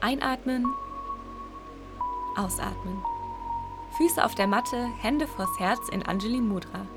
Einatmen, ausatmen. Füße auf der Matte, Hände vors Herz in Anjali Mudra.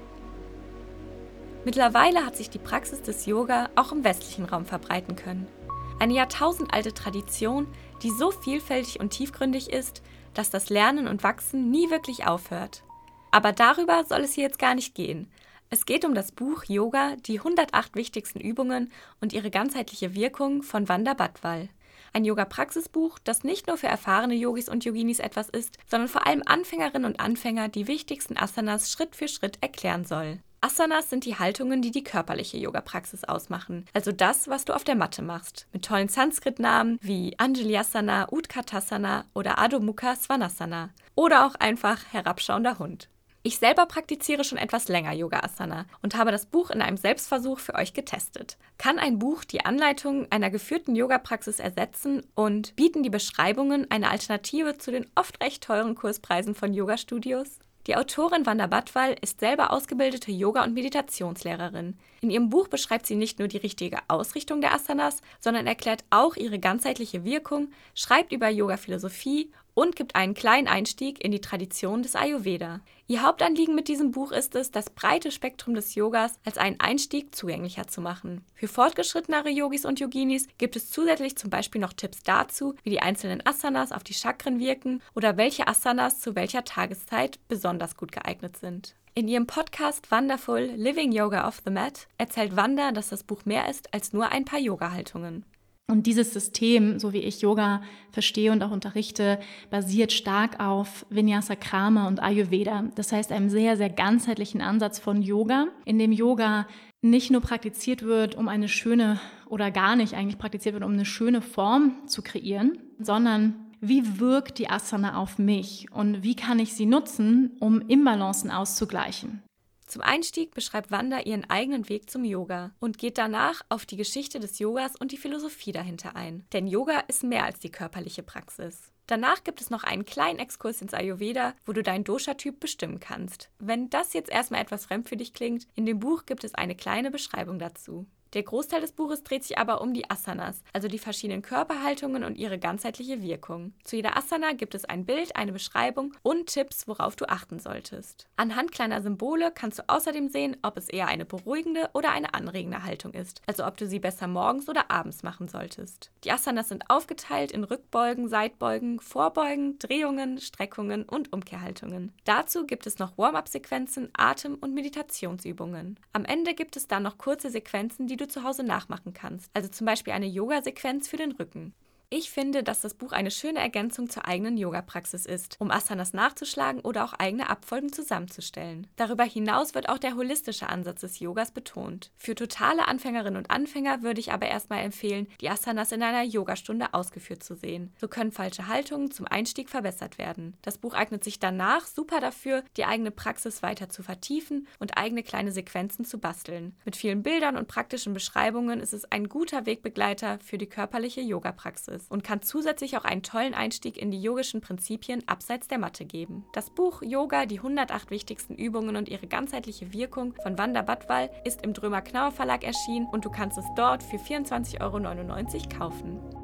Mittlerweile hat sich die Praxis des Yoga auch im westlichen Raum verbreiten können. Eine jahrtausendalte Tradition, die so vielfältig und tiefgründig ist, dass das Lernen und Wachsen nie wirklich aufhört. Aber darüber soll es hier jetzt gar nicht gehen. Es geht um das Buch Yoga, die 108 wichtigsten Übungen und ihre ganzheitliche Wirkung von Vanda Badwal. Ein Yoga-Praxisbuch, das nicht nur für erfahrene Yogis und Yoginis etwas ist, sondern vor allem Anfängerinnen und Anfänger die wichtigsten Asanas Schritt für Schritt erklären soll. Asanas sind die Haltungen, die die körperliche Yoga-Praxis ausmachen, also das, was du auf der Matte machst, mit tollen Sanskrit-Namen wie Anjalyasana, Utkatasana oder Adho Mukha Svanasana oder auch einfach herabschauender Hund. Ich selber praktiziere schon etwas länger Yoga-Asana und habe das Buch in einem Selbstversuch für euch getestet. Kann ein Buch die Anleitung einer geführten Yoga-Praxis ersetzen und bieten die Beschreibungen eine Alternative zu den oft recht teuren Kurspreisen von Yoga-Studios? Die Autorin Vanda Badwal ist selber ausgebildete Yoga- und Meditationslehrerin. In ihrem Buch beschreibt sie nicht nur die richtige Ausrichtung der Asanas, sondern erklärt auch ihre ganzheitliche Wirkung, schreibt über Yoga-Philosophie und gibt einen kleinen Einstieg in die Tradition des Ayurveda. Ihr Hauptanliegen mit diesem Buch ist es, das breite Spektrum des Yogas als einen Einstieg zugänglicher zu machen. Für fortgeschrittenere Yogis und Yoginis gibt es zusätzlich zum Beispiel noch Tipps dazu, wie die einzelnen Asanas auf die Chakren wirken oder welche Asanas zu welcher Tageszeit besonders gut geeignet sind. In ihrem Podcast Wonderful Living Yoga off the Mat erzählt Vanda, dass das Buch mehr ist als nur ein paar Yoga-Haltungen. Und dieses System, so wie ich Yoga verstehe und auch unterrichte, basiert stark auf Vinyasa Krama und Ayurveda. Das heißt, einem sehr, sehr ganzheitlichen Ansatz von Yoga, in dem Yoga nicht nur praktiziert wird, um eine schöne oder gar nicht eigentlich praktiziert wird, um eine schöne Form zu kreieren, sondern wie wirkt die Asana auf mich und wie kann ich sie nutzen, um Imbalancen auszugleichen. Zum Einstieg beschreibt Vanda ihren eigenen Weg zum Yoga und geht danach auf die Geschichte des Yogas und die Philosophie dahinter ein. Denn Yoga ist mehr als die körperliche Praxis. Danach gibt es noch einen kleinen Exkurs ins Ayurveda, wo du deinen Dosha-Typ bestimmen kannst. Wenn das jetzt erstmal etwas fremd für dich klingt, in dem Buch gibt es eine kleine Beschreibung dazu. Der Großteil des Buches dreht sich aber um die Asanas, also die verschiedenen Körperhaltungen und ihre ganzheitliche Wirkung. Zu jeder Asana gibt es ein Bild, eine Beschreibung und Tipps, worauf du achten solltest. Anhand kleiner Symbole kannst du außerdem sehen, ob es eher eine beruhigende oder eine anregende Haltung ist, also ob du sie besser morgens oder abends machen solltest. Die Asanas sind aufgeteilt in Rückbeugen, Seitbeugen, Vorbeugen, Drehungen, Streckungen und Umkehrhaltungen. Dazu gibt es noch Warm-up-Sequenzen, Atem- und Meditationsübungen. Am Ende gibt es dann noch kurze Sequenzen, die du zu Hause nachmachen kannst, also zum Beispiel eine Yoga-Sequenz für den Rücken. Ich finde, dass das Buch eine schöne Ergänzung zur eigenen Yoga-Praxis ist, um Asanas nachzuschlagen oder auch eigene Abfolgen zusammenzustellen. Darüber hinaus wird auch der holistische Ansatz des Yogas betont. Für totale Anfängerinnen und Anfänger würde ich aber erstmal empfehlen, die Asanas in einer Yogastunde ausgeführt zu sehen. So können falsche Haltungen zum Einstieg verbessert werden. Das Buch eignet sich danach super dafür, die eigene Praxis weiter zu vertiefen und eigene kleine Sequenzen zu basteln. Mit vielen Bildern und praktischen Beschreibungen ist es ein guter Wegbegleiter für die körperliche Yoga-Praxis und kann zusätzlich auch einen tollen Einstieg in die yogischen Prinzipien abseits der Matte geben. Das Buch Yoga, die 108 wichtigsten Übungen und ihre ganzheitliche Wirkung von Vanda Badwal ist im Drömer Knauer Verlag erschienen und du kannst es dort für 24,99 € kaufen.